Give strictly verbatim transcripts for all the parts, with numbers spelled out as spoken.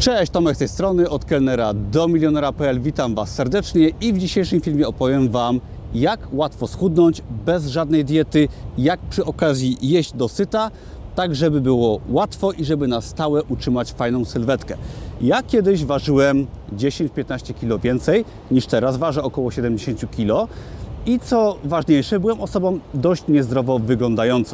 Cześć, Tomek z tej strony, od kelnera do milionera kropka p l. Witam Was serdecznie i w dzisiejszym filmie opowiem Wam, jak łatwo schudnąć bez żadnej diety, jak przy okazji jeść do syta, tak żeby było łatwo i żeby na stałe utrzymać fajną sylwetkę. Ja kiedyś ważyłem dziesięć do piętnastu kilo więcej niż teraz, ważę około siedemdziesiąt kilo i co ważniejsze, byłem osobą dość niezdrowo wyglądającą.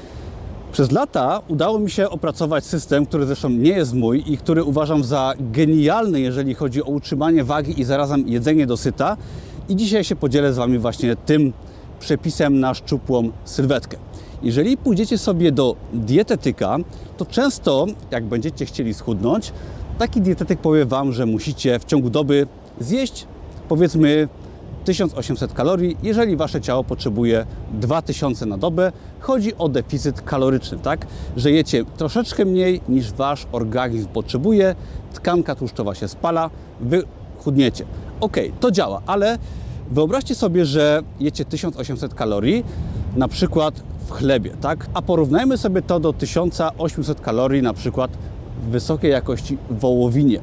Przez lata udało mi się opracować system, który zresztą nie jest mój i który uważam za genialny, jeżeli chodzi o utrzymanie wagi i zarazem jedzenie do syta. I dzisiaj się podzielę z Wami właśnie tym przepisem na szczupłą sylwetkę. Jeżeli pójdziecie sobie do dietetyka, to często jak będziecie chcieli schudnąć, taki dietetyk powie Wam, że musicie w ciągu doby zjeść powiedzmy tysiąc osiemset kalorii, jeżeli Wasze ciało potrzebuje dwa tysiące na dobę. Chodzi o deficyt kaloryczny, tak? Że jecie troszeczkę mniej niż Wasz organizm potrzebuje, tkanka tłuszczowa się spala, Wy chudniecie. Ok, to działa, ale wyobraźcie sobie, że jecie tysiąc osiemset kalorii, na przykład w chlebie, tak? A porównajmy sobie to do tysiąc osiemset kalorii na przykład w wysokiej jakości wołowinie.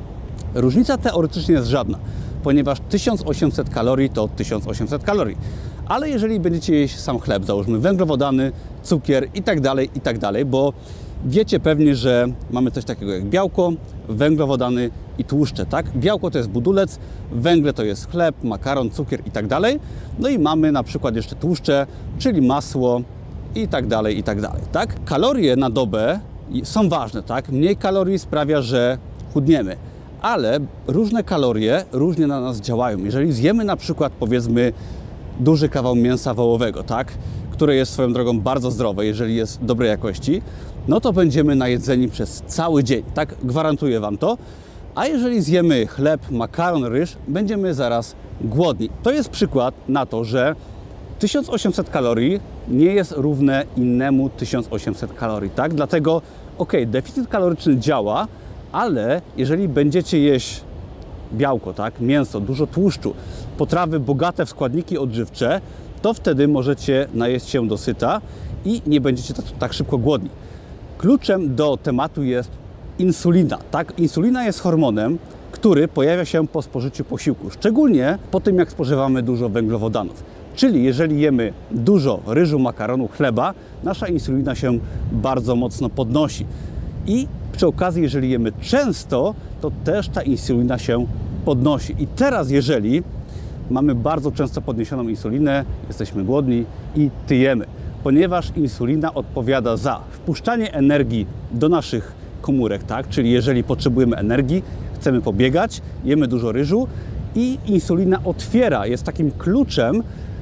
Różnica teoretycznie jest żadna, ponieważ tysiąc osiemset kalorii to tysiąc osiemset kalorii. Ale jeżeli będziecie jeść sam chleb, załóżmy węglowodany, cukier i tak dalej, i tak dalej, bo wiecie pewnie, że mamy coś takiego jak białko, węglowodany i tłuszcze, tak? Białko to jest budulec, węgle to jest chleb, makaron, cukier i tak dalej. No i mamy na przykład jeszcze tłuszcze, czyli masło i tak dalej, i tak dalej, tak? Kalorie na dobę są ważne, tak? Mniej kalorii sprawia, że chudniemy. Ale różne kalorie różnie na nas działają. Jeżeli zjemy na przykład powiedzmy duży kawał mięsa wołowego, tak, które jest swoją drogą bardzo zdrowe, jeżeli jest dobrej jakości, no to będziemy najedzeni przez cały dzień, tak, gwarantuję Wam to. A jeżeli zjemy chleb, makaron, ryż, będziemy zaraz głodni. To jest przykład na to, że tysiąc osiemset kalorii nie jest równe innemu tysiąc osiemset kalorii, tak? Dlatego, ok, deficyt kaloryczny działa, ale jeżeli będziecie jeść białko, tak, mięso, dużo tłuszczu, potrawy bogate w składniki odżywcze, to wtedy możecie najeść się do syta i nie będziecie tak, tak szybko głodni. Kluczem do tematu jest insulina. Tak? Insulina jest hormonem, który pojawia się po spożyciu posiłku, szczególnie po tym, jak spożywamy dużo węglowodanów. Czyli jeżeli jemy dużo ryżu, makaronu, chleba, nasza insulina się bardzo mocno podnosi. I przy okazji, jeżeli jemy często, to też ta insulina się podnosi. I teraz, jeżeli mamy bardzo często podniesioną insulinę, jesteśmy głodni i tyjemy, ponieważ insulina odpowiada za wpuszczanie energii do naszych komórek, tak? Czyli jeżeli potrzebujemy energii, chcemy pobiegać, jemy dużo ryżu i insulina otwiera, jest takim kluczem,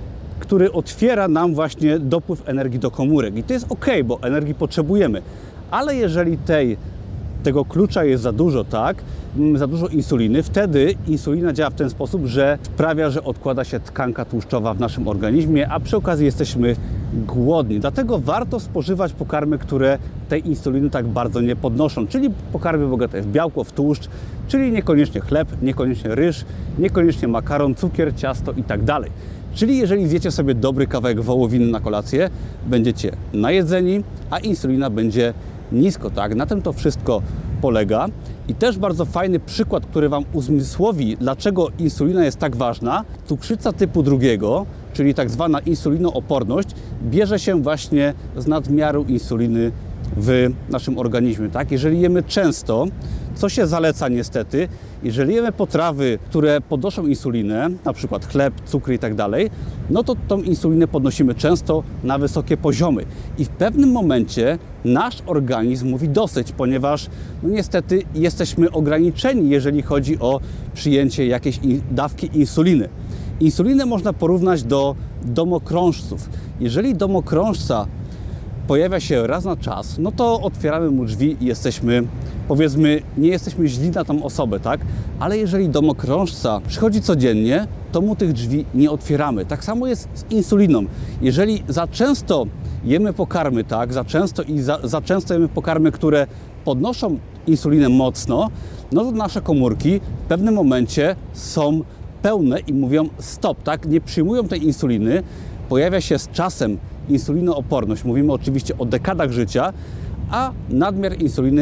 który otwiera nam właśnie dopływ energii do komórek. I to jest ok, bo energii potrzebujemy. Ale jeżeli tej, tego klucza jest za dużo, tak, za dużo insuliny, wtedy insulina działa w ten sposób, że sprawia, że odkłada się tkanka tłuszczowa w naszym organizmie, a przy okazji jesteśmy głodni. Dlatego warto spożywać pokarmy, które tej insuliny tak bardzo nie podnoszą, czyli pokarmy bogate w białko, w tłuszcz, czyli niekoniecznie chleb, niekoniecznie ryż, niekoniecznie makaron, cukier, ciasto i tak dalej. Czyli jeżeli zjecie sobie dobry kawałek wołowiny na kolację, będziecie najedzeni, a insulina będzie nisko, tak? Na tym to wszystko polega. I też bardzo fajny przykład, który Wam uzmysłowi, dlaczego insulina jest tak ważna. Cukrzyca typu drugiego, czyli tak zwana insulinooporność, bierze się właśnie z nadmiaru insuliny w naszym organizmie, tak? Jeżeli jemy często, co się zaleca niestety, jeżeli jemy potrawy, które podnoszą insulinę, na przykład chleb, cukry i tak dalej, no to tą insulinę podnosimy często na wysokie poziomy. I w pewnym momencie nasz organizm mówi dosyć, ponieważ no niestety jesteśmy ograniczeni, jeżeli chodzi o przyjęcie jakiejś dawki insuliny. Insulinę można porównać do domokrążców. Jeżeli domokrążca pojawia się raz na czas, no to otwieramy mu drzwi i jesteśmy, powiedzmy, nie jesteśmy źli na tą osobę, tak? Ale jeżeli domokrążca przychodzi codziennie, to mu tych drzwi nie otwieramy. Tak samo jest z insuliną. Jeżeli za często jemy pokarmy, tak? Za często i za, za często jemy pokarmy, które podnoszą insulinę mocno, no to nasze komórki w pewnym momencie są pełne i mówią stop, tak? Nie przyjmują tej insuliny, pojawia się z czasem insulinooporność. Mówimy oczywiście o dekadach życia, a nadmiar insuliny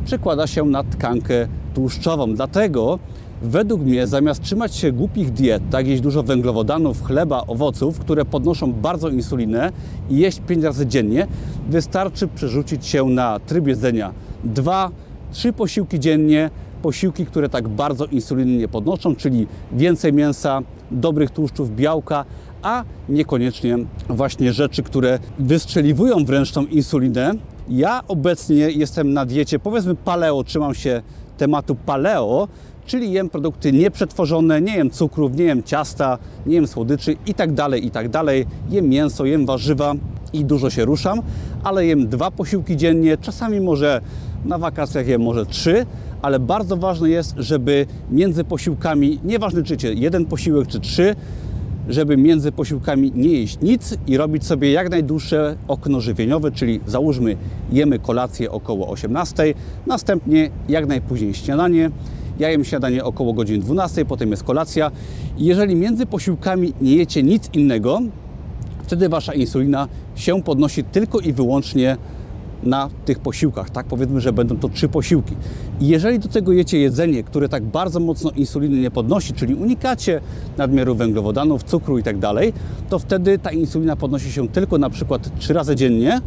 przekłada się na tkankę tłuszczową. Dlatego według mnie zamiast trzymać się głupich diet, tak, jeść dużo węglowodanów, chleba, owoców, które podnoszą bardzo insulinę i jeść pięć razy dziennie, wystarczy przerzucić się na tryb jedzenia dwa trzy posiłki dziennie, posiłki, które tak bardzo insuliny nie podnoszą, czyli więcej mięsa, dobrych tłuszczów, białka, a niekoniecznie właśnie rzeczy, które wystrzeliwują wręcz tą insulinę. Ja obecnie jestem na diecie, powiedzmy paleo, trzymam się tematu paleo, czyli jem produkty nieprzetworzone, nie jem cukrów, nie jem ciasta, nie jem słodyczy i tak dalej, i tak dalej. Jem mięso, jem warzywa i dużo się ruszam, ale jem dwa posiłki dziennie, czasami może na wakacjach jem może trzy, ale bardzo ważne jest, żeby między posiłkami, nieważne czy cię jeden posiłek czy trzy, żeby między posiłkami nie jeść nic i robić sobie jak najdłuższe okno żywieniowe, czyli załóżmy jemy kolację około osiemnastej, następnie jak najpóźniej śniadanie. Ja jem śniadanie około godziny dwunastej, potem jest kolacja. I jeżeli między posiłkami nie jecie nic innego, wtedy wasza insulina się podnosi tylko i wyłącznie na tych posiłkach, tak? Powiedzmy, że będą to trzy posiłki. I jeżeli do tego jecie jedzenie, które tak bardzo mocno insuliny nie podnosi, czyli unikacie nadmiaru węglowodanów, cukru i tak dalej, to wtedy ta insulina podnosi się tylko na przykład trzy razy dziennie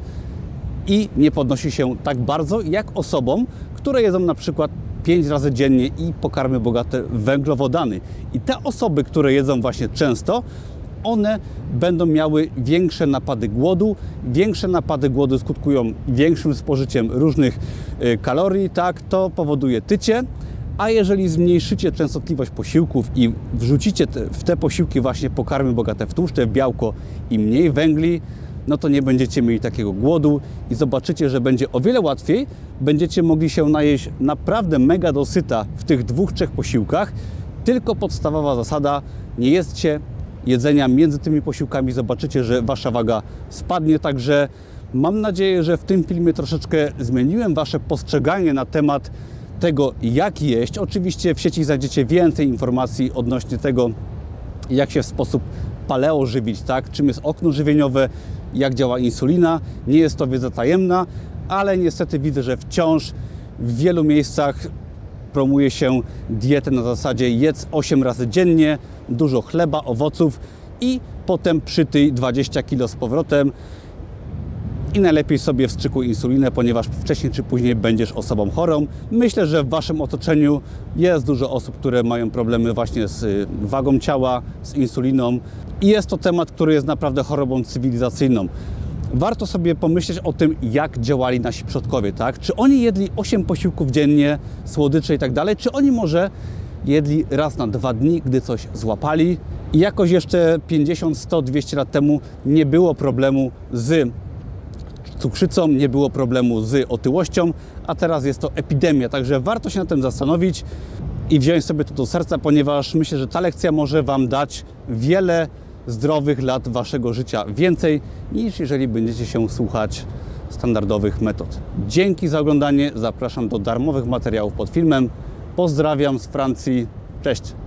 i nie podnosi się tak bardzo jak osobom, które jedzą na przykład pięć razy dziennie i pokarmy bogate w węglowodany. I te osoby, które jedzą właśnie często, one będą miały większe napady głodu. Większe napady głodu skutkują większym spożyciem różnych kalorii, tak, to powoduje tycie. A jeżeli zmniejszycie częstotliwość posiłków i wrzucicie te, w te posiłki właśnie pokarmy bogate w tłuszcze, w białko i mniej węgli, no to nie będziecie mieli takiego głodu i zobaczycie, że będzie o wiele łatwiej. Będziecie mogli się najeść naprawdę mega dosyta w tych dwóch, trzech posiłkach. Tylko podstawowa zasada, nie jedzcie jedzenia między tymi posiłkami, zobaczycie, że wasza waga spadnie. Także mam nadzieję, że w tym filmie troszeczkę zmieniłem wasze postrzeganie na temat tego, jak jeść. Oczywiście w sieci znajdziecie więcej informacji odnośnie tego, jak się w sposób paleo żywić, tak? Czym jest okno żywieniowe, jak działa insulina. Nie jest to wiedza tajemna, ale niestety widzę, że wciąż w wielu miejscach promuje się dietę na zasadzie jedz osiem razy dziennie, dużo chleba, owoców i potem przytyj dwadzieścia kilo z powrotem i najlepiej sobie wstrzykuj insulinę, ponieważ wcześniej czy później będziesz osobą chorą. Myślę, że w waszym otoczeniu jest dużo osób, które mają problemy właśnie z wagą ciała, z insuliną i jest to temat, który jest naprawdę chorobą cywilizacyjną. Warto sobie pomyśleć o tym, jak działali nasi przodkowie, tak? Czy oni jedli osiem posiłków dziennie, słodycze i tak dalej, czy oni może jedli raz na dwa dni, gdy coś złapali i jakoś jeszcze pięćdziesiąt, sto, dwieście lat temu nie było problemu z cukrzycą, nie było problemu z otyłością, a teraz jest to epidemia, także warto się nad tym zastanowić i wziąć sobie to do serca, ponieważ myślę, że ta lekcja może wam dać wiele zdrowych lat waszego życia więcej, niż jeżeli będziecie się słuchać standardowych metod. Dzięki za oglądanie, zapraszam do darmowych materiałów pod filmem. Pozdrawiam z Francji, cześć!